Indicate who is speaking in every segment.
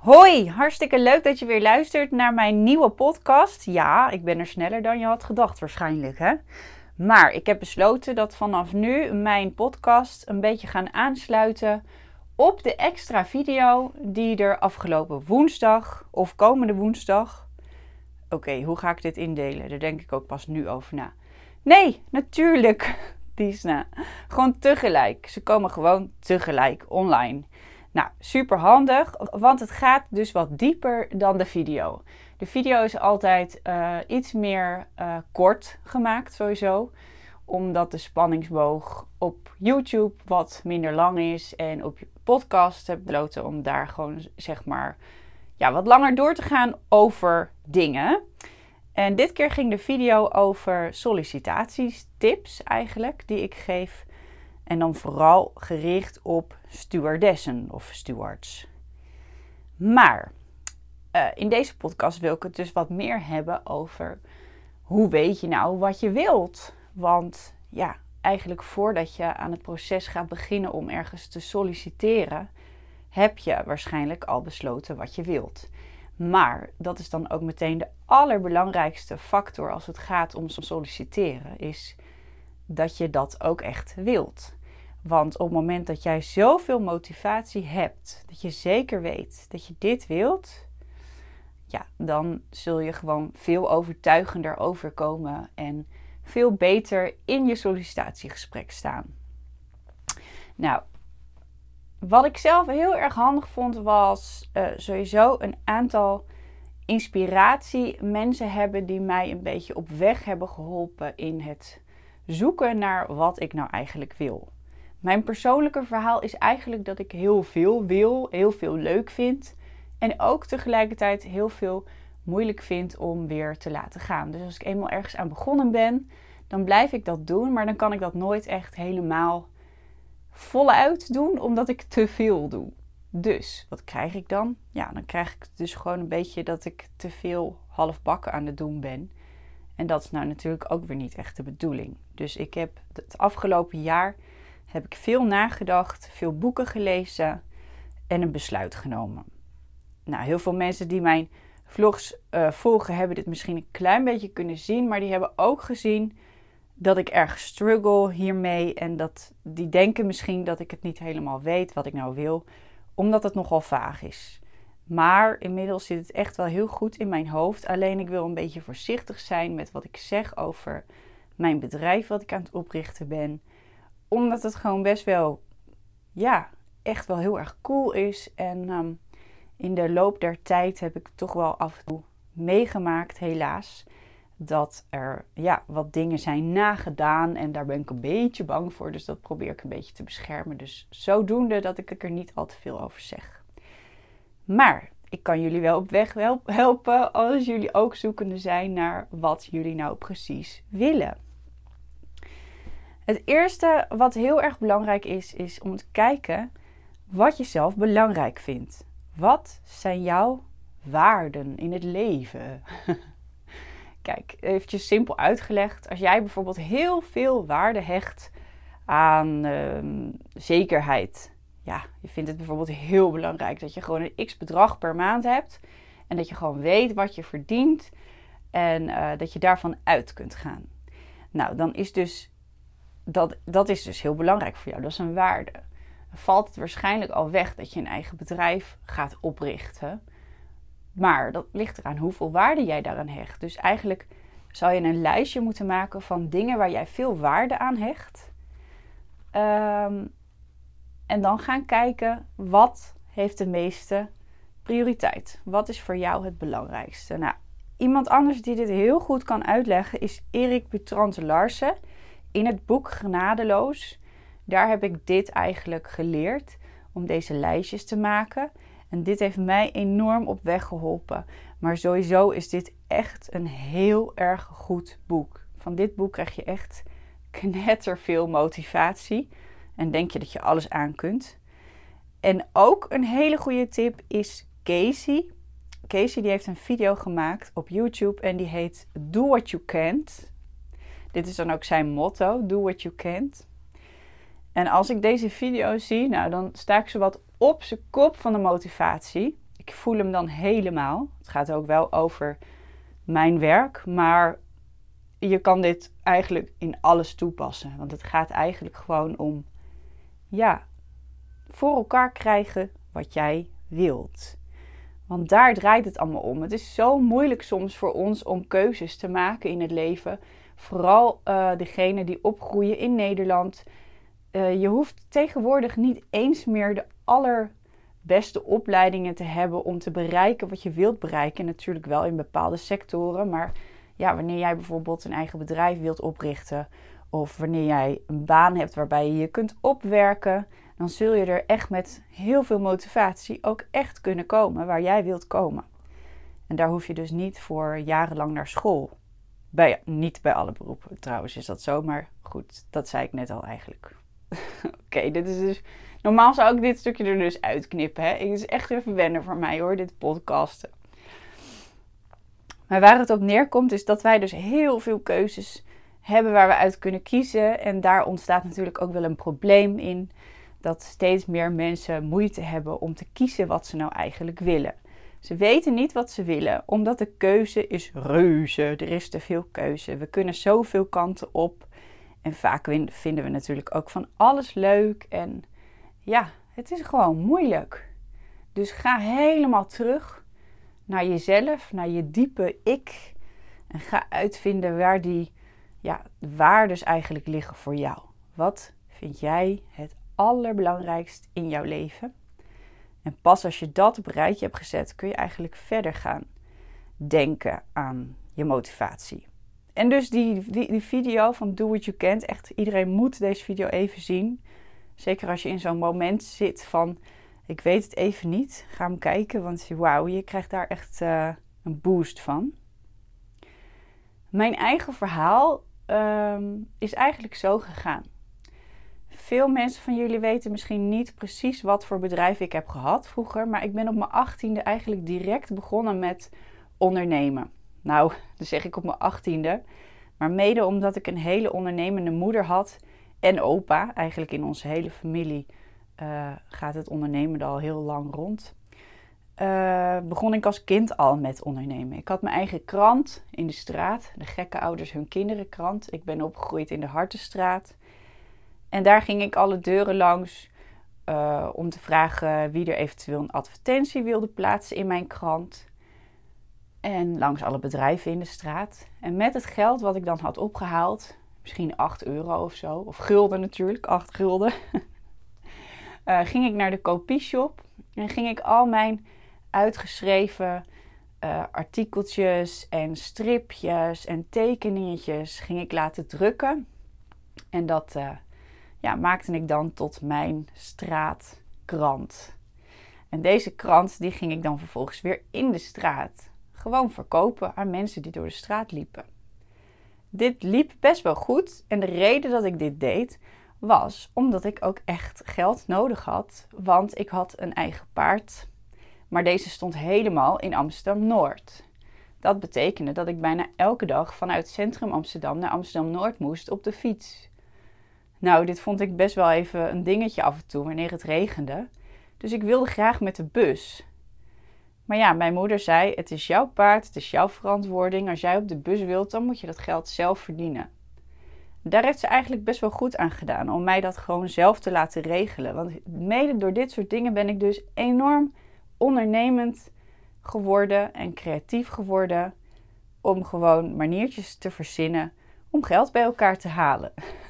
Speaker 1: Hoi, hartstikke leuk dat je weer luistert naar mijn nieuwe podcast. Ja, ik ben er sneller dan je had gedacht waarschijnlijk, hè? Maar ik heb besloten dat vanaf nu mijn podcast een beetje gaan aansluiten op de extra video die er afgelopen woensdag of komende woensdag... Oké, hoe ga ik dit indelen? Daar denk ik ook pas nu over na. Nee, natuurlijk, Diesna. Gewoon tegelijk. Ze komen gewoon tegelijk online. Nou, super handig, want het gaat dus wat dieper dan de video. De video is altijd iets meer kort gemaakt sowieso. Omdat de spanningsboog op YouTube wat minder lang is. En op je podcast heb ik besloten om daar gewoon zeg maar wat langer door te gaan over dingen. En dit keer ging de video over sollicitatiestips eigenlijk die ik geef. En dan vooral gericht op stewardessen of stewards. Maar in deze podcast wil ik het dus wat meer hebben over hoe weet je nou wat je wilt. Want ja, eigenlijk voordat je aan het proces gaat beginnen om ergens te solliciteren, heb je waarschijnlijk al besloten wat je wilt. Maar dat is dan ook meteen de allerbelangrijkste factor als het gaat om solliciteren, is dat je dat ook echt wilt. Want op het moment dat jij zoveel motivatie hebt, dat je zeker weet dat je dit wilt, ja, dan zul je gewoon veel overtuigender overkomen en veel beter in je sollicitatiegesprek staan. Nou, wat ik zelf heel erg handig vond was sowieso een aantal inspiratiemensen hebben die mij een beetje op weg hebben geholpen in het zoeken naar wat ik nou eigenlijk wil. Mijn persoonlijke verhaal is eigenlijk dat ik heel veel wil, heel veel leuk vind en ook tegelijkertijd heel veel moeilijk vind om weer te laten gaan. Dus als ik eenmaal ergens aan begonnen ben, dan blijf ik dat doen, maar dan kan ik dat nooit echt helemaal voluit doen, omdat ik te veel doe. Dus, wat krijg ik dan? Ja, dan krijg ik dus gewoon een beetje dat ik te veel halfbakken aan het doen ben. En dat is nou natuurlijk ook weer niet echt de bedoeling. Dus ik heb het afgelopen jaar heb ik veel nagedacht, veel boeken gelezen en een besluit genomen. Nou, heel veel mensen die mijn vlogs volgen hebben dit misschien een klein beetje kunnen zien, maar die hebben ook gezien dat ik erg struggle hiermee en die denken misschien dat ik het niet helemaal weet wat ik nou wil, omdat het nogal vaag is. Maar inmiddels zit het echt wel heel goed in mijn hoofd. Alleen ik wil een beetje voorzichtig zijn met wat ik zeg over mijn bedrijf wat ik aan het oprichten ben. Omdat het gewoon best wel, echt wel heel erg cool is. En in de loop der tijd heb ik toch wel af en toe meegemaakt, helaas, dat er wat dingen zijn nagedaan. En daar ben ik een beetje bang voor. Dus dat probeer ik een beetje te beschermen. Dus zodoende dat ik er niet al te veel over zeg. Maar ik kan jullie wel op weg helpen als jullie ook zoekende zijn naar wat jullie nou precies willen. Het eerste wat heel erg belangrijk is om te kijken wat je zelf belangrijk vindt. Wat zijn jouw waarden in het leven? Kijk, eventjes simpel uitgelegd. Als jij bijvoorbeeld heel veel waarde hecht aan zekerheid. Ja, je vindt het bijvoorbeeld heel belangrijk dat je gewoon een x-bedrag per maand hebt. En dat je gewoon weet wat je verdient. En dat je daarvan uit kunt gaan. Nou, dan is dus dat is dus heel belangrijk voor jou. Dat is een waarde. Dan valt het waarschijnlijk al weg dat je een eigen bedrijf gaat oprichten. Maar dat ligt eraan hoeveel waarde jij daaraan hecht. Dus eigenlijk zou je een lijstje moeten maken van dingen waar jij veel waarde aan hecht. En dan gaan kijken wat heeft de meeste prioriteit. Wat is voor jou het belangrijkste? Nou, iemand anders die dit heel goed kan uitleggen is Erik Butrante Larsen. In het boek Genadeloos, daar heb ik dit eigenlijk geleerd om deze lijstjes te maken. En dit heeft mij enorm op weg geholpen. Maar sowieso is dit echt een heel erg goed boek. Van dit boek krijg je echt knetterveel motivatie. En denk je dat je alles aan kunt. En ook een hele goede tip is Casey. Casey die heeft een video gemaakt op YouTube en die heet Do What You Can't. Dit is dan ook zijn motto, Do What You Can't. En als ik deze video zie, nou dan sta ik zowat op zijn kop van de motivatie. Ik Ik voel hem dan helemaal. Het gaat ook wel over mijn werk, maar je kan dit eigenlijk in alles toepassen. Want het gaat eigenlijk gewoon om, voor elkaar krijgen wat jij wilt. Want daar draait het allemaal om. Het is zo moeilijk soms voor ons om keuzes te maken in het leven. Vooral degenen die opgroeien in Nederland. Je hoeft tegenwoordig niet eens meer de allerbeste opleidingen te hebben om te bereiken wat je wilt bereiken. Natuurlijk wel in bepaalde sectoren. Maar wanneer jij bijvoorbeeld een eigen bedrijf wilt oprichten, of wanneer jij een baan hebt waarbij je je kunt opwerken, dan zul je er echt met heel veel motivatie ook echt kunnen komen waar jij wilt komen. En daar hoef je dus niet voor jarenlang naar school. Niet bij alle beroepen trouwens is dat zo, maar goed, dat zei ik net al eigenlijk. Oké, dit is dus... Normaal zou ik dit stukje er dus uitknippen. Hè? Het is echt even wennen voor mij hoor, dit podcasten. Maar waar het op neerkomt is dat wij dus heel veel keuzes hebben waar we uit kunnen kiezen. En daar ontstaat natuurlijk ook wel een probleem in. Dat steeds meer mensen moeite hebben om te kiezen wat ze nou eigenlijk willen. Ze weten niet wat ze willen, omdat de keuze is reuze. Er is te veel keuze. We kunnen zoveel kanten op. En vaak vinden we natuurlijk ook van alles leuk. En het is gewoon moeilijk. Dus ga helemaal terug naar jezelf, naar je diepe ik. En ga uitvinden waar die waardes eigenlijk liggen voor jou. Wat vind jij het allerbelangrijkst in jouw leven? En pas als je dat op een rijtje hebt gezet, kun je eigenlijk verder gaan denken aan je motivatie. En dus die video van Do What You Can, echt iedereen moet deze video even zien. Zeker als je in zo'n moment zit van, ik weet het even niet, ga hem kijken, want wauw, je krijgt daar echt een boost van. Mijn eigen verhaal is eigenlijk zo gegaan. Veel mensen van jullie weten misschien niet precies wat voor bedrijf ik heb gehad vroeger. Maar ik ben op mijn 18e eigenlijk direct begonnen met ondernemen. Nou, dat zeg ik op mijn 18e. Maar mede omdat ik een hele ondernemende moeder had en opa. Eigenlijk in onze hele familie gaat het ondernemen al heel lang rond. Begon ik als kind al met ondernemen. Ik had mijn eigen krant in de straat. De gekke ouders hun kinderen krant. Ik ben opgegroeid in de Hartenstraat. En daar ging ik alle deuren langs om te vragen wie er eventueel een advertentie wilde plaatsen in mijn krant. En langs alle bedrijven in de straat. En met het geld wat ik dan had opgehaald, misschien 8 euro of zo, of gulden natuurlijk, 8 gulden, ging ik naar de kopieshop en ging ik al mijn uitgeschreven artikeltjes en stripjes en tekeningetjes ging ik laten drukken. En dat maakte ik dan tot mijn straatkrant. En deze krant die ging ik dan vervolgens weer in de straat gewoon verkopen aan mensen die door de straat liepen. Dit liep best wel goed en de reden dat ik dit deed was omdat ik ook echt geld nodig had, want ik had een eigen paard, maar deze stond helemaal in Amsterdam-Noord. Dat betekende dat ik bijna elke dag vanuit centrum Amsterdam naar Amsterdam-Noord moest op de fiets. Nou, dit vond ik best wel even een dingetje af en toe wanneer het regende. Dus ik wilde graag met de bus. Maar mijn moeder zei, het is jouw paard, het is jouw verantwoording. Als jij op de bus wilt, dan moet je dat geld zelf verdienen. Daar heeft ze eigenlijk best wel goed aan gedaan om mij dat gewoon zelf te laten regelen. Want mede door dit soort dingen ben ik dus enorm ondernemend geworden en creatief geworden. Om gewoon maniertjes te verzinnen om geld bij elkaar te halen.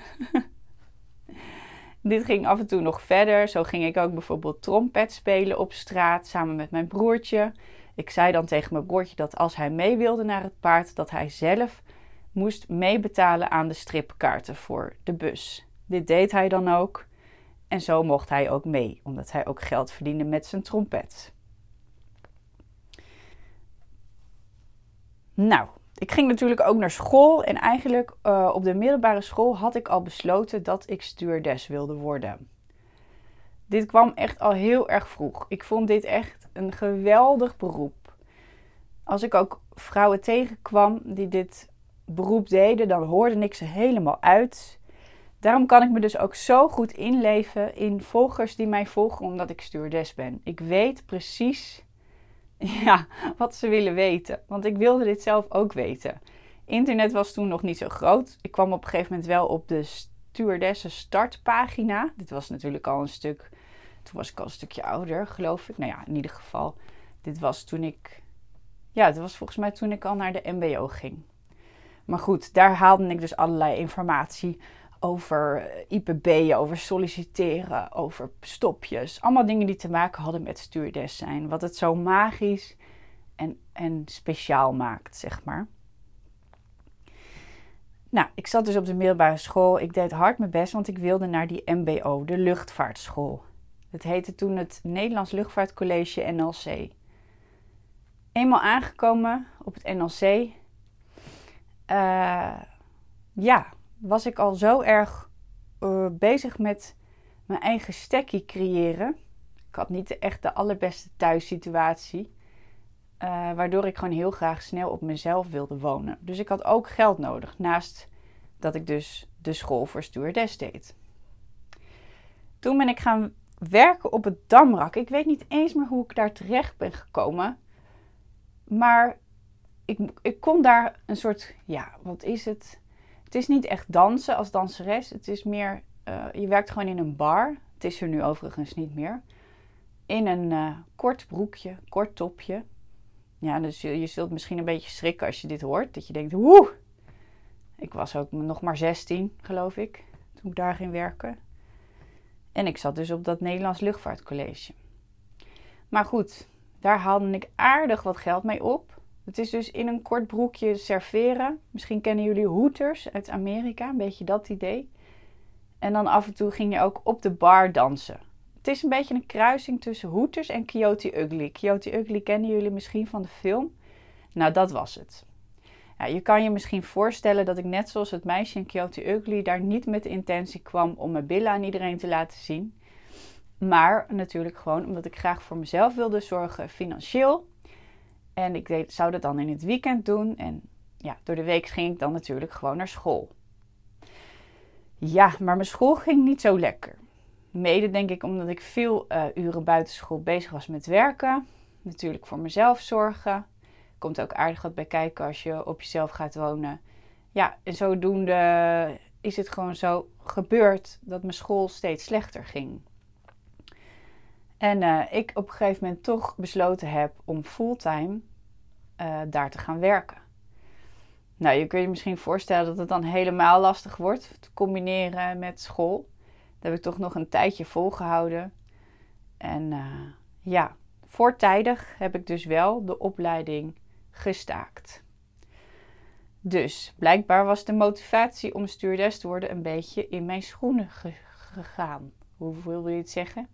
Speaker 1: Dit ging af en toe nog verder. Zo ging ik ook bijvoorbeeld trompet spelen op straat samen met mijn broertje. Ik zei dan tegen mijn broertje dat als hij mee wilde naar het paard, dat hij zelf moest meebetalen aan de stripkaarten voor de bus. Dit deed hij dan ook. En zo mocht hij ook mee, omdat hij ook geld verdiende met zijn trompet. Nou, ik ging natuurlijk ook naar school en eigenlijk op de middelbare school had ik al besloten dat ik stewardess wilde worden. Dit kwam echt al heel erg vroeg. Ik vond dit echt een geweldig beroep. Als ik ook vrouwen tegenkwam die dit beroep deden, dan hoorde ik ze helemaal uit. Daarom kan ik me dus ook zo goed inleven in volgers die mij volgen omdat ik stewardess ben. Ik weet precies ja, wat ze willen weten. Want ik wilde dit zelf ook weten. Internet was toen nog niet zo groot. Ik kwam op een gegeven moment wel op de stewardessen startpagina. Dit was natuurlijk al een stuk... Toen was ik al een stukje ouder, geloof ik. Nou ja, in ieder geval. Dit was toen ik... Ja, het was volgens mij toen ik al naar de mbo ging. Maar goed, daar haalde ik dus allerlei informatie over IPB, over solliciteren, over stopjes. Allemaal dingen die te maken hadden met stewardess zijn. Wat het zo magisch en speciaal maakt, zeg maar. Nou, ik zat dus op de middelbare school. Ik deed hard mijn best, want ik wilde naar die MBO, de luchtvaartschool. Het heette toen het Nederlands Luchtvaartcollege NLC. Eenmaal aangekomen op het NLC, was ik al zo erg bezig met mijn eigen stekkie creëren. Ik had niet echt de allerbeste thuissituatie. Waardoor ik gewoon heel graag snel op mezelf wilde wonen. Dus ik had ook geld nodig. Naast dat ik dus de school voor stewardess deed. Toen ben ik gaan werken op het Damrak. Ik weet niet eens meer hoe ik daar terecht ben gekomen. Maar ik kon daar een soort... Ja, wat is het? Het is niet echt dansen als danseres. Het is meer... je werkt gewoon in een bar. Het is er nu overigens niet meer. In een kort broekje, kort topje. Ja, dus je zult misschien een beetje schrikken als je dit hoort. Dat je denkt, woe! Ik was ook nog maar 16, geloof ik, toen ik daar ging werken. En ik zat dus op dat Nederlands Luchtvaartcollege. Maar goed, daar haalde ik aardig wat geld mee op. Het is dus in een kort broekje serveren. Misschien kennen jullie Hooters uit Amerika, een beetje dat idee. En dan af en toe ging je ook op de bar dansen. Het is een beetje een kruising tussen Hooters en Coyote Ugly. Coyote Ugly kennen jullie misschien van de film. Nou, dat was het. Ja, je kan je misschien voorstellen dat ik net zoals het meisje in Coyote Ugly daar niet met de intentie kwam om mijn billen aan iedereen te laten zien. Maar natuurlijk gewoon omdat ik graag voor mezelf wilde zorgen financieel. En ik zou dat dan in het weekend doen. En ja, door de week ging ik dan natuurlijk gewoon naar school. Ja, maar mijn school ging niet zo lekker. Mede denk ik omdat ik veel uren buitenschool bezig was met werken. Natuurlijk voor mezelf zorgen. Komt ook aardig wat bij kijken als je op jezelf gaat wonen. Ja, en zodoende is het gewoon zo gebeurd dat mijn school steeds slechter ging. En ik op een gegeven moment toch besloten heb om fulltime daar te gaan werken. Nou, je kunt je misschien voorstellen dat het dan helemaal lastig wordt te combineren met school. Dat heb ik toch nog een tijdje volgehouden. En voortijdig heb ik dus wel de opleiding gestaakt. Dus blijkbaar was de motivatie om stewardess te worden een beetje in mijn schoenen gegaan. Hoe wil je het zeggen?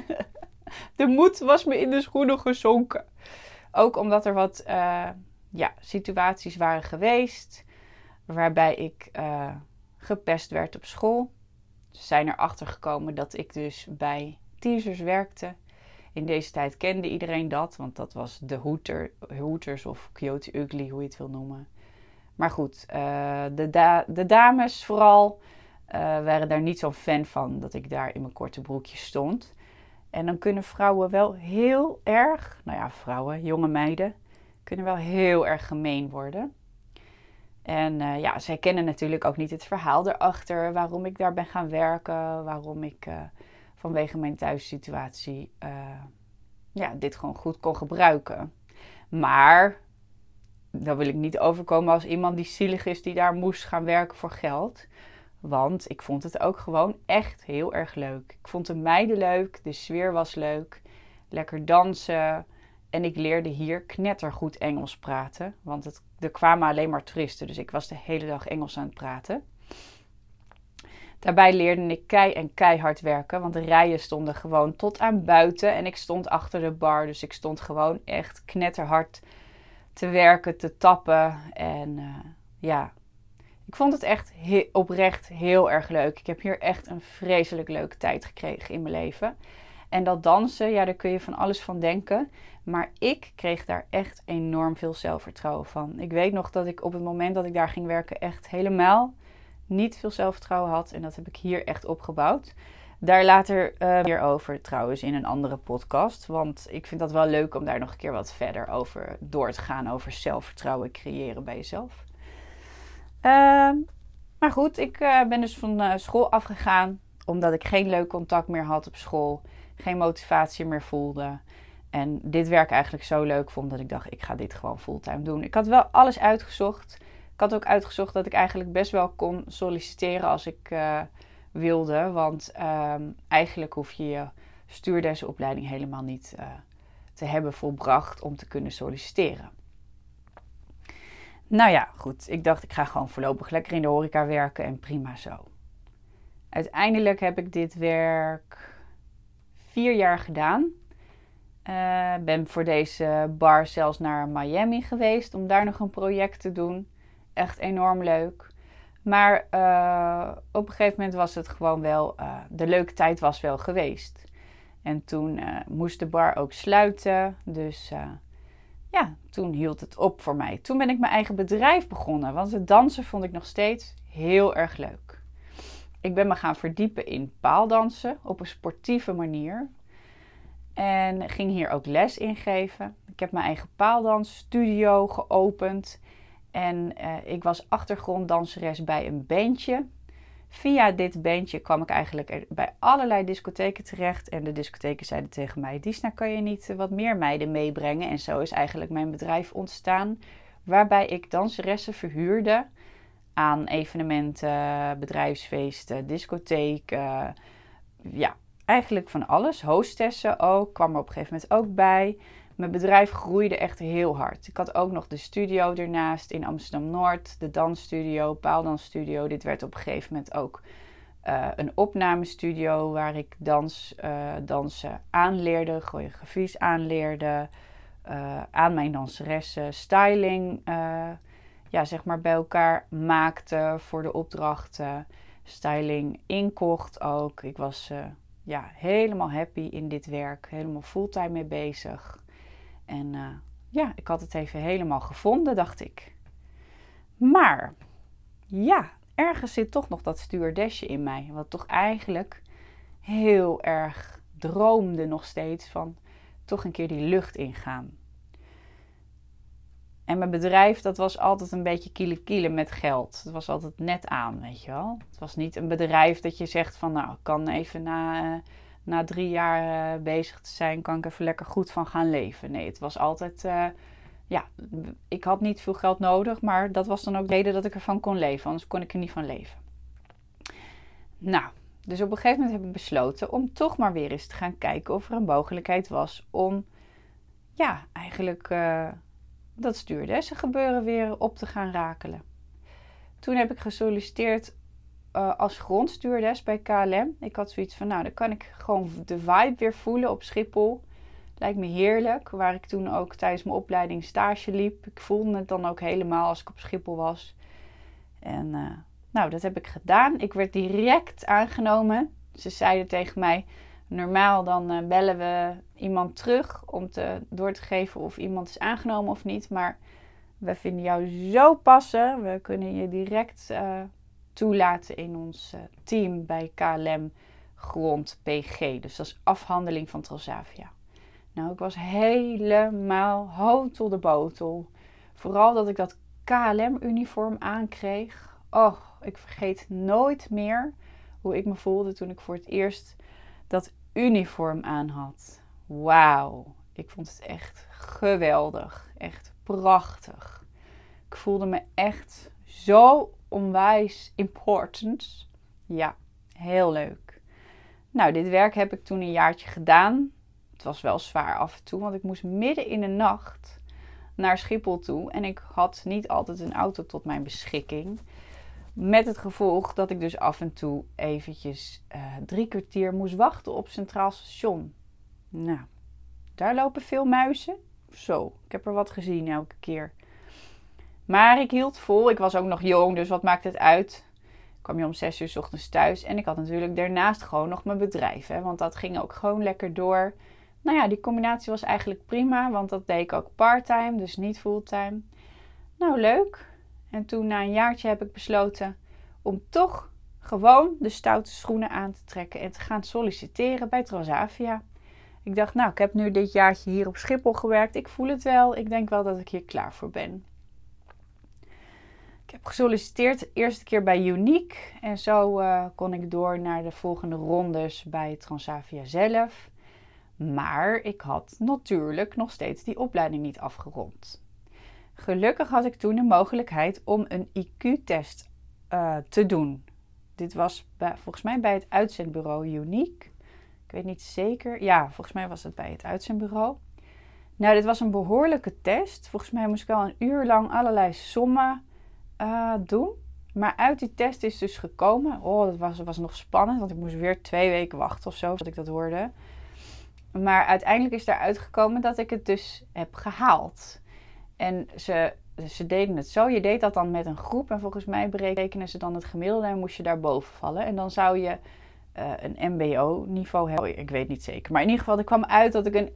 Speaker 1: De moed was me in de schoenen gezonken. Ook omdat er wat situaties waren geweest waarbij ik gepest werd op school. Ze zijn erachter gekomen dat ik dus bij teasers werkte. In deze tijd kende iedereen dat, want dat was de Hooters of Coyote Ugly, hoe je het wil noemen. Maar goed, de dames vooral waren daar niet zo'n fan van dat ik daar in mijn korte broekje stond. En dan kunnen vrouwen wel heel erg, vrouwen, jonge meiden, kunnen wel heel erg gemeen worden. En zij kennen natuurlijk ook niet het verhaal erachter, waarom ik daar ben gaan werken, waarom ik vanwege mijn thuissituatie dit gewoon goed kon gebruiken. Maar dan wil ik niet overkomen als iemand die zielig is die daar moest gaan werken voor geld. Want ik vond het ook gewoon echt heel erg leuk. Ik vond de meiden leuk, de sfeer was leuk, lekker dansen. En ik leerde hier knettergoed Engels praten. Want er kwamen alleen maar toeristen, dus ik was de hele dag Engels aan het praten. Daarbij leerde ik keihard werken, want de rijen stonden gewoon tot aan buiten. En ik stond achter de bar, dus ik stond gewoon echt knetterhard te werken, te tappen. En ik vond het echt oprecht heel erg leuk. Ik heb hier echt een vreselijk leuke tijd gekregen in mijn leven. En dat dansen, daar kun je van alles van denken. Maar ik kreeg daar echt enorm veel zelfvertrouwen van. Ik weet nog dat ik op het moment dat ik daar ging werken echt helemaal niet veel zelfvertrouwen had. En dat heb ik hier echt opgebouwd. Daar later meer over trouwens in een andere podcast. Want ik vind dat wel leuk om daar nog een keer wat verder over door te gaan. Over zelfvertrouwen creëren bij jezelf. Maar goed, ik ben dus van school afgegaan. Omdat ik geen leuk contact meer had op school. Geen motivatie meer voelde. En dit werk eigenlijk zo leuk vond dat ik dacht, ik ga dit gewoon fulltime doen. Ik had wel alles uitgezocht. Ik had ook uitgezocht dat ik eigenlijk best wel kon solliciteren als ik wilde. Want eigenlijk hoef je je stewardessenopleiding helemaal niet te hebben volbracht om te kunnen solliciteren. Nou ja, goed. Ik dacht, ik ga gewoon voorlopig lekker in de horeca werken en prima zo. Uiteindelijk heb ik dit werk 4 jaar gedaan. Ben voor deze bar zelfs naar Miami geweest om daar nog een project te doen. Echt enorm leuk. Maar op een gegeven moment was het gewoon wel, de leuke tijd was wel geweest. En toen moest de bar ook sluiten. Dus toen hield het op voor mij. Toen ben ik mijn eigen bedrijf begonnen. Want het dansen vond ik nog steeds heel erg leuk. Ik ben me gaan verdiepen in paaldansen op een sportieve manier. En ging hier ook les in geven. Ik heb mijn eigen paaldansstudio geopend. En ik was achtergronddanseres bij een bandje. Via dit bandje kwam ik eigenlijk bij allerlei discotheken terecht. En de discotheken zeiden tegen mij, Disna, kan je niet wat meer meiden meebrengen? En zo is eigenlijk mijn bedrijf ontstaan. Waarbij ik danseressen verhuurde aan evenementen, bedrijfsfeesten, discotheken. Eigenlijk van alles. Hostesses ook, kwam er op een gegeven moment ook bij. Mijn bedrijf groeide echt heel hard. Ik had ook nog de studio ernaast in Amsterdam-Noord. De dansstudio, paaldansstudio. Dit werd op een gegeven moment ook een opnamestudio waar ik dansen aanleerde, choreografies aanleerde. Aan mijn danseressen, styling bij elkaar maakte voor de opdrachten. Styling inkocht ook. Ik was helemaal happy in dit werk. Helemaal fulltime mee bezig. En ik had het even helemaal gevonden, dacht ik. Maar ergens zit toch nog dat stewardessje in mij. Wat toch eigenlijk heel erg droomde nog steeds van toch een keer die lucht ingaan. En mijn bedrijf, dat was altijd een beetje kielen met geld. Het was altijd net aan, weet je wel. Het was niet een bedrijf dat je zegt van, nou, ik kan even na 3 jaar bezig te zijn, kan ik even lekker goed van gaan leven. Nee, het was altijd, ik had niet veel geld nodig, maar dat was dan ook de reden dat ik ervan kon leven. Anders kon ik er niet van leven. Nou, dus op een gegeven moment heb ik besloten om toch maar weer eens te gaan kijken of er een mogelijkheid was om, dat stewardessen gebeuren weer op te gaan rakelen. Toen heb ik gesolliciteerd als grondstewardess bij KLM. Ik had zoiets van, nou, dan kan ik gewoon de vibe weer voelen op Schiphol. Lijkt me heerlijk, waar ik toen ook tijdens mijn opleiding stage liep. Ik voelde het dan ook helemaal als ik op Schiphol was. En dat heb ik gedaan. Ik werd direct aangenomen. Ze zeiden tegen mij, normaal dan bellen we iemand terug om door te geven of iemand is aangenomen of niet. Maar we vinden jou zo passen. We kunnen je direct toelaten in ons team bij KLM Grond PG. Dus dat is afhandeling van Transavia. Nou, ik was helemaal hotel de botel. Vooral dat ik dat KLM-uniform aankreeg. Oh, ik vergeet nooit meer hoe ik me voelde toen ik voor het eerst dat uniform aan had. Wauw, ik vond het echt geweldig. Echt prachtig. Ik voelde me echt zo onwijs important. Ja, heel leuk. Nou, dit werk heb ik toen een jaartje gedaan. Het was wel zwaar af en toe, want ik moest midden in de nacht naar Schiphol toe. En ik had niet altijd een auto tot mijn beschikking. Met het gevolg dat ik dus af en toe eventjes 3 kwartier moest wachten op Centraal Station. Nou, daar lopen veel muizen. Zo, ik heb er wat gezien elke keer. Maar ik hield vol. Ik was ook nog jong, dus wat maakt het uit? Ik kwam je om 6 uur 's ochtends thuis. En ik had natuurlijk daarnaast gewoon nog mijn bedrijf. Hè, want dat ging ook gewoon lekker door. Nou ja, die combinatie was eigenlijk prima. Want dat deed ik ook parttime, dus niet fulltime. Nou, leuk. En toen na een jaartje heb ik besloten om toch gewoon de stoute schoenen aan te trekken en te gaan solliciteren bij Transavia. Ik dacht, nou, ik heb nu dit jaartje hier op Schiphol gewerkt. Ik voel het wel. Ik denk wel dat ik hier klaar voor ben. Ik heb gesolliciteerd de eerste keer bij Unique. En zo kon ik door naar de volgende rondes bij Transavia zelf. Maar ik had natuurlijk nog steeds die opleiding niet afgerond. Gelukkig had ik toen de mogelijkheid om een IQ-test te doen. Dit was volgens mij bij het uitzendbureau Unique. Ik weet niet zeker. Ja, volgens mij was het bij het uitzendbureau. Nou, dit was een behoorlijke test. Volgens mij moest ik wel een uur lang allerlei sommen doen. Maar uit die test is dus gekomen. Oh, dat was nog spannend, want ik moest weer 2 weken wachten of zo, voordat ik dat hoorde. Maar uiteindelijk is eruit gekomen dat ik het dus heb gehaald. En ze deden het zo. Je deed dat dan met een groep. En volgens mij berekenen ze dan het gemiddelde en moest je daarboven vallen. En dan zou je een mbo-niveau hebben. Ik weet niet zeker. Maar in ieder geval, er kwam uit dat ik een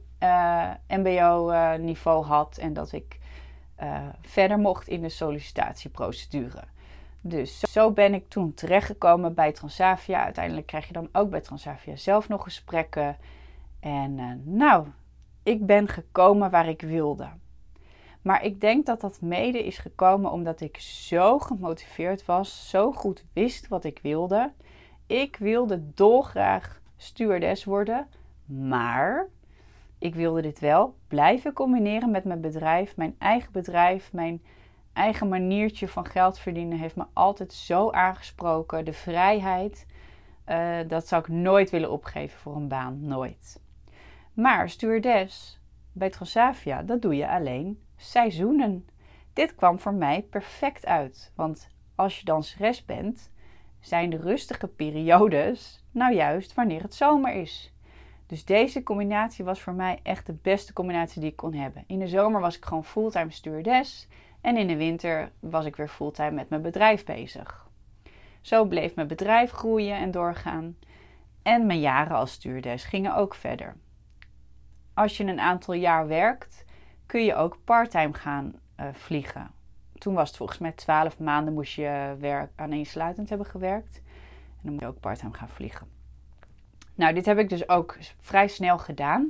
Speaker 1: mbo-niveau had. En dat ik verder mocht in de sollicitatieprocedure. Dus zo ben ik toen terechtgekomen bij Transavia. Uiteindelijk krijg je dan ook bij Transavia zelf nog gesprekken. En ik ben gekomen waar ik wilde. Maar ik denk dat dat mede is gekomen omdat ik zo gemotiveerd was, zo goed wist wat ik wilde. Ik wilde dolgraag stewardess worden, maar ik wilde dit wel blijven combineren met mijn bedrijf. Mijn eigen bedrijf, mijn eigen maniertje van geld verdienen heeft me altijd zo aangesproken. De vrijheid, dat zou ik nooit willen opgeven voor een baan, nooit. Maar stewardess bij Transavia, dat doe je alleen seizoenen. Dit kwam voor mij perfect uit. Want als je danseres bent, zijn de rustige periodes nou juist wanneer het zomer is. Dus deze combinatie was voor mij echt de beste combinatie die ik kon hebben. In de zomer was ik gewoon fulltime stewardess. En in de winter was ik weer fulltime met mijn bedrijf bezig. Zo bleef mijn bedrijf groeien en doorgaan. En mijn jaren als stewardess gingen ook verder. Als je een aantal jaar werkt, kun je ook parttime gaan vliegen. Toen was het volgens mij 12 maanden moest je aaneensluitend hebben gewerkt. En dan moet je ook parttime gaan vliegen. Nou, dit heb ik dus ook vrij snel gedaan.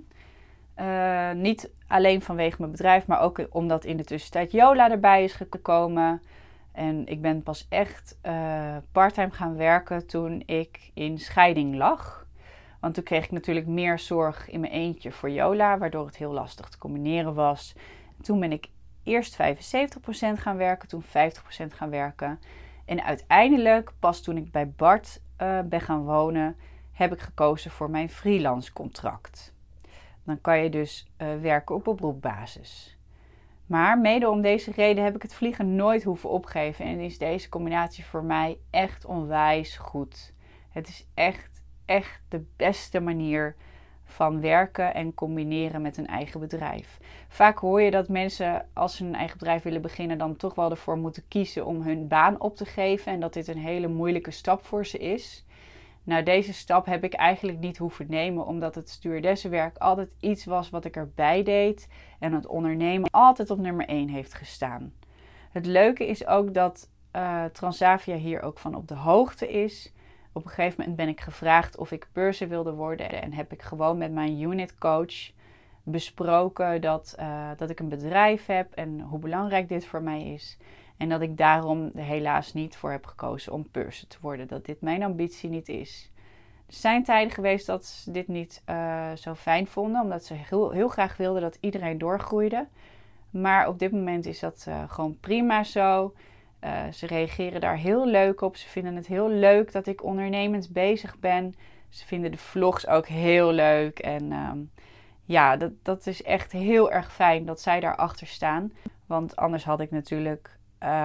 Speaker 1: Niet alleen vanwege mijn bedrijf, maar ook omdat in de tussentijd Yola erbij is gekomen. En ik ben pas echt parttime gaan werken toen ik in scheiding lag. Want toen kreeg ik natuurlijk meer zorg in mijn eentje voor Yola, waardoor het heel lastig te combineren was. Toen ben ik eerst 75% gaan werken, toen 50% gaan werken. En uiteindelijk, pas toen ik bij Bart ben gaan wonen, heb ik gekozen voor mijn freelance contract. Dan kan je dus werken op oproepbasis. Maar mede om deze reden heb ik het vliegen nooit hoeven opgeven. En is deze combinatie voor mij echt onwijs goed. Het is echt de beste manier van werken en combineren met een eigen bedrijf. Vaak hoor je dat mensen, als ze een eigen bedrijf willen beginnen, dan toch wel ervoor moeten kiezen om hun baan op te geven. En dat dit een hele moeilijke stap voor ze is. Nou, deze stap heb ik eigenlijk niet hoeven nemen, omdat het stewardessenwerk altijd iets was wat ik erbij deed. En het ondernemen altijd op nummer 1 heeft gestaan. Het leuke is ook dat Transavia hier ook van op de hoogte is. Op een gegeven moment ben ik gevraagd of ik purser wilde worden. En heb ik gewoon met mijn unit coach besproken dat ik een bedrijf heb en hoe belangrijk dit voor mij is. En dat ik daarom er helaas niet voor heb gekozen om purser te worden. Dat dit mijn ambitie niet is. Er zijn tijden geweest dat ze dit niet zo fijn vonden. Omdat ze heel graag wilden dat iedereen doorgroeide. Maar op dit moment is dat gewoon prima zo. Ze reageren daar heel leuk op. Ze vinden het heel leuk dat ik ondernemend bezig ben. Ze vinden de vlogs ook heel leuk. En dat is echt heel erg fijn dat zij daarachter staan. Want anders had ik natuurlijk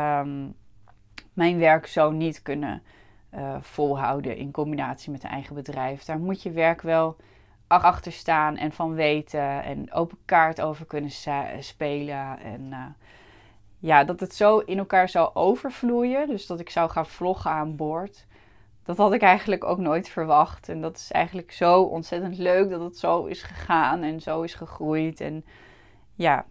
Speaker 1: mijn werk zo niet kunnen volhouden in combinatie met een eigen bedrijf. Daar moet je werk wel achter staan en van weten en open kaart over kunnen spelen. En dat het zo in elkaar zou overvloeien, dus dat ik zou gaan vloggen aan boord, dat had ik eigenlijk ook nooit verwacht. En dat is eigenlijk zo ontzettend leuk dat het zo is gegaan en zo is gegroeid. En ja,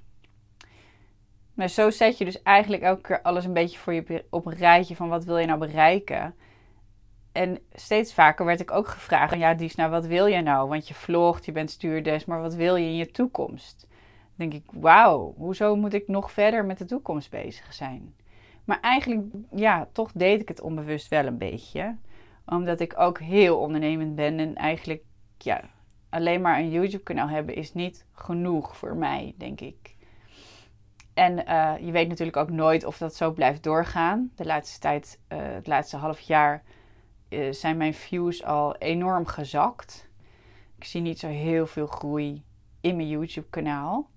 Speaker 1: maar zo zet je dus eigenlijk elke keer alles een beetje voor je op een rijtje van wat wil je nou bereiken. En steeds vaker werd ik ook gevraagd, ja Dies, nou wat wil je nou? Want je vlogt, je bent stewardess, maar wat wil je in je toekomst? Dan denk ik, wauw, hoezo moet ik nog verder met de toekomst bezig zijn? Maar eigenlijk, ja, toch deed ik het onbewust wel een beetje. Omdat ik ook heel ondernemend ben en eigenlijk, ja, alleen maar een YouTube-kanaal hebben is niet genoeg voor mij, denk ik. En je weet natuurlijk ook nooit of dat zo blijft doorgaan. De laatste tijd, het laatste half jaar, zijn mijn views al enorm gezakt. Ik zie niet zo heel veel groei in mijn YouTube-kanaal.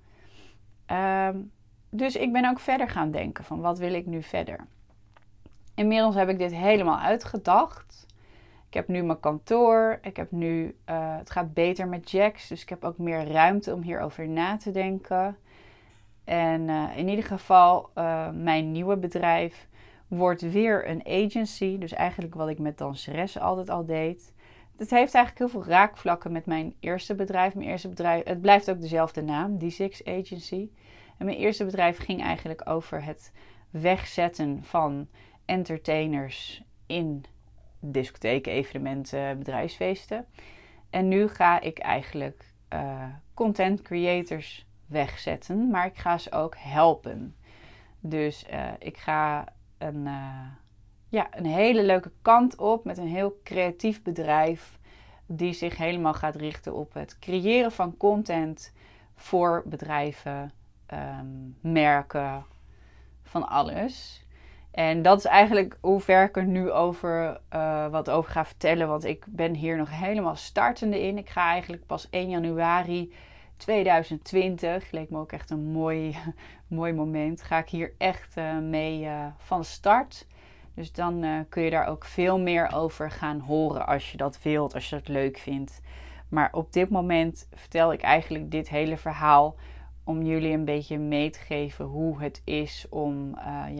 Speaker 1: Dus ik ben ook verder gaan denken van wat wil ik nu verder. Inmiddels heb ik dit helemaal uitgedacht. Ik heb nu mijn kantoor. Ik heb nu, het gaat beter met Jax. Dus ik heb ook meer ruimte om hierover na te denken. En in ieder geval, mijn nieuwe bedrijf wordt weer een agency. Dus eigenlijk wat ik met danseressen altijd al deed. Het heeft eigenlijk heel veel raakvlakken met mijn eerste bedrijf. Mijn eerste bedrijf, het blijft ook dezelfde naam, D6 Agency. En mijn eerste bedrijf ging eigenlijk over het wegzetten van entertainers in discotheken, evenementen, bedrijfsfeesten. En nu ga ik eigenlijk content creators wegzetten, maar ik ga ze ook helpen. Dus ik ga een hele leuke kant op met een heel creatief bedrijf die zich helemaal gaat richten op het creëren van content voor bedrijven, merken, van alles. En dat is eigenlijk hoe ver ik er nu wat over ga vertellen, want ik ben hier nog helemaal startende in. Ik ga eigenlijk pas 1 januari 2020, leek me ook echt een mooi moment, ga ik hier echt mee van start. Dus dan kun je daar ook veel meer over gaan horen als je dat wilt, als je dat leuk vindt. Maar op dit moment vertel ik eigenlijk dit hele verhaal om jullie een beetje mee te geven hoe het is om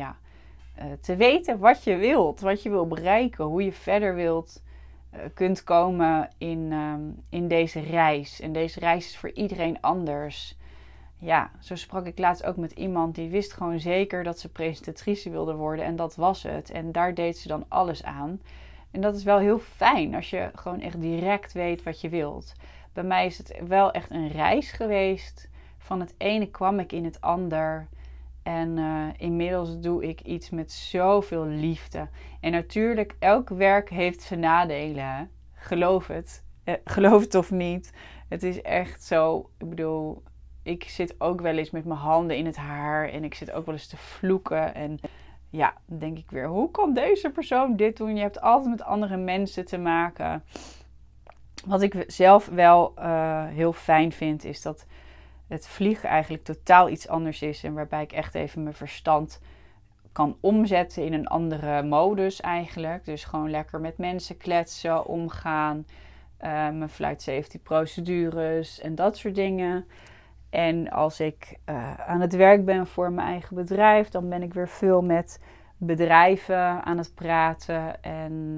Speaker 1: te weten wat je wilt, wat je wil bereiken, hoe je verder kunt komen in deze reis. En deze reis is voor iedereen anders. Ja, zo sprak ik laatst ook met iemand die wist gewoon zeker dat ze presentatrice wilde worden. En dat was het. En daar deed ze dan alles aan. En dat is wel heel fijn als je gewoon echt direct weet wat je wilt. Bij mij is het wel echt een reis geweest. Van het ene kwam ik in het ander. En inmiddels doe ik iets met zoveel liefde. En natuurlijk, elk werk heeft zijn nadelen. Hè? Geloof het. Geloof het of niet. Het is echt zo. Ik bedoel, ik zit ook wel eens met mijn handen in het haar. En ik zit ook wel eens te vloeken. En ja, dan denk ik weer, hoe kan deze persoon dit doen? Je hebt altijd met andere mensen te maken. Wat ik zelf wel heel fijn vind, is dat het vliegen eigenlijk totaal iets anders is. En waarbij ik echt even mijn verstand kan omzetten in een andere modus eigenlijk. Dus gewoon lekker met mensen kletsen, omgaan. Mijn flight safety procedures en dat soort dingen. En als ik aan het werk ben voor mijn eigen bedrijf, dan ben ik weer veel met bedrijven aan het praten. En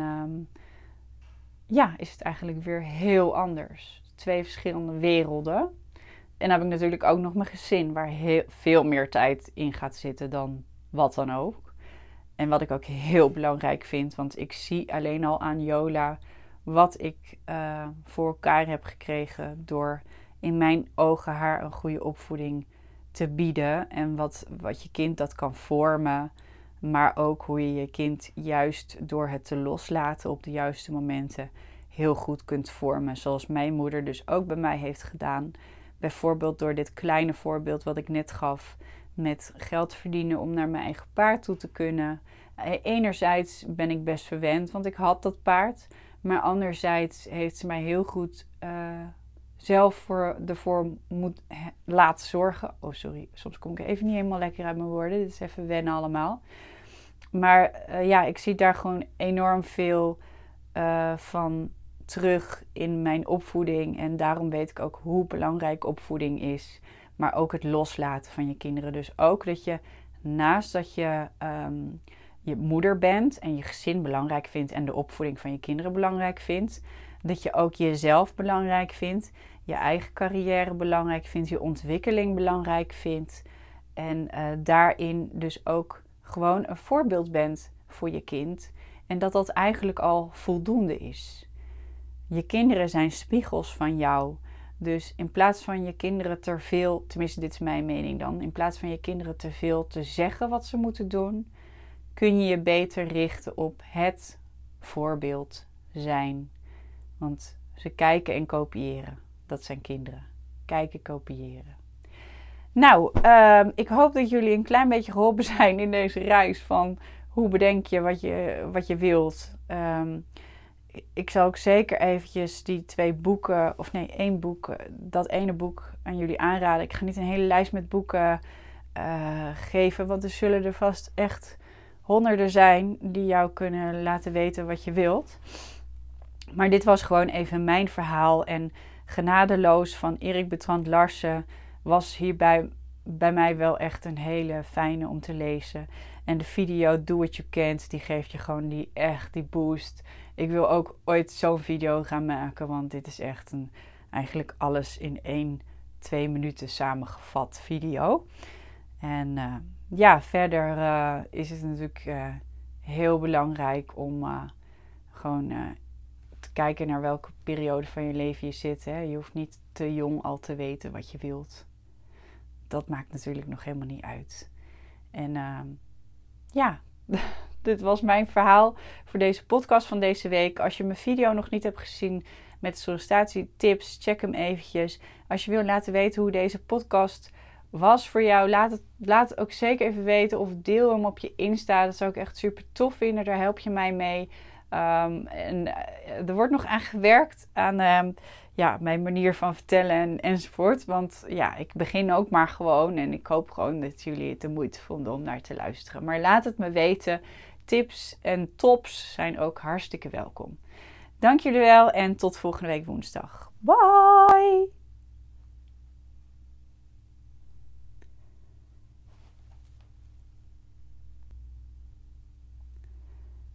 Speaker 1: is het eigenlijk weer heel anders. 2 verschillende werelden. En dan heb ik natuurlijk ook nog mijn gezin, waar veel meer tijd in gaat zitten dan wat dan ook. En wat ik ook heel belangrijk vind, want ik zie alleen al aan Jola wat ik voor elkaar heb gekregen door in mijn ogen haar een goede opvoeding te bieden. En wat je kind dat kan vormen, maar ook hoe je je kind juist door het te loslaten op de juiste momenten heel goed kunt vormen. Zoals mijn moeder dus ook bij mij heeft gedaan. Bijvoorbeeld door dit kleine voorbeeld wat ik net gaf met geld verdienen om naar mijn eigen paard toe te kunnen. Enerzijds ben ik best verwend, want ik had dat paard. Maar anderzijds heeft ze mij heel goed zelf ervoor laten zorgen. Oh sorry, soms kom ik even niet helemaal lekker uit mijn woorden. Dit is even wennen allemaal. Maar ik zie daar gewoon enorm veel van terug in mijn opvoeding. En daarom weet ik ook hoe belangrijk opvoeding is. Maar ook het loslaten van je kinderen. Dus ook dat je naast dat je je moeder bent en je gezin belangrijk vindt en de opvoeding van je kinderen belangrijk vindt, dat je ook jezelf belangrijk vindt, je eigen carrière belangrijk vindt, je ontwikkeling belangrijk vindt. En daarin dus ook gewoon een voorbeeld bent voor je kind. En dat dat eigenlijk al voldoende is. Je kinderen zijn spiegels van jou. Dus in plaats van je kinderen te veel, tenminste dit is mijn mening dan, in plaats van je kinderen te veel te zeggen wat ze moeten doen, kun je je beter richten op het voorbeeld zijn. Want ze kijken en kopiëren. Dat zijn kinderen. Kijken, kopiëren. Nou, ik hoop dat jullie een klein beetje geholpen zijn in deze reis van hoe bedenk je wat je wilt. Ik zal ook zeker eventjes die 2 boeken, of nee, 1 boek, dat ene boek aan jullie aanraden. Ik ga niet een hele lijst met boeken geven, want er zullen er vast echt honderden zijn die jou kunnen laten weten wat je wilt. Maar dit was gewoon even mijn verhaal. En Genadeloos van Erik Bertrand Larsen was hierbij bij mij wel echt een hele fijne om te lezen. En de video Do What You Can't, die geeft je gewoon die boost. Ik wil ook ooit zo'n video gaan maken, want dit is echt eigenlijk alles in 1-2 minuten samengevat video. En verder is het natuurlijk heel belangrijk om gewoon te kijken naar welke periode van je leven je zit. Hè. Je hoeft niet te jong al te weten wat je wilt. Dat maakt natuurlijk nog helemaal niet uit. En dit was mijn verhaal voor deze podcast van deze week. Als je mijn video nog niet hebt gezien met sollicitatietips, check hem eventjes. Als je wil laten weten hoe deze podcast was voor jou, laat het ook zeker even weten of deel hem op je Insta. Dat zou ik echt super tof vinden. Daar help je mij mee. Er wordt nog aan gewerkt aan mijn manier van vertellen enzovoort. Want ik begin ook maar gewoon. En ik hoop gewoon dat jullie het de moeite vonden om naar te luisteren. Maar laat het me weten. Tips en tops zijn ook hartstikke welkom. Dank jullie wel en tot volgende week woensdag. Bye!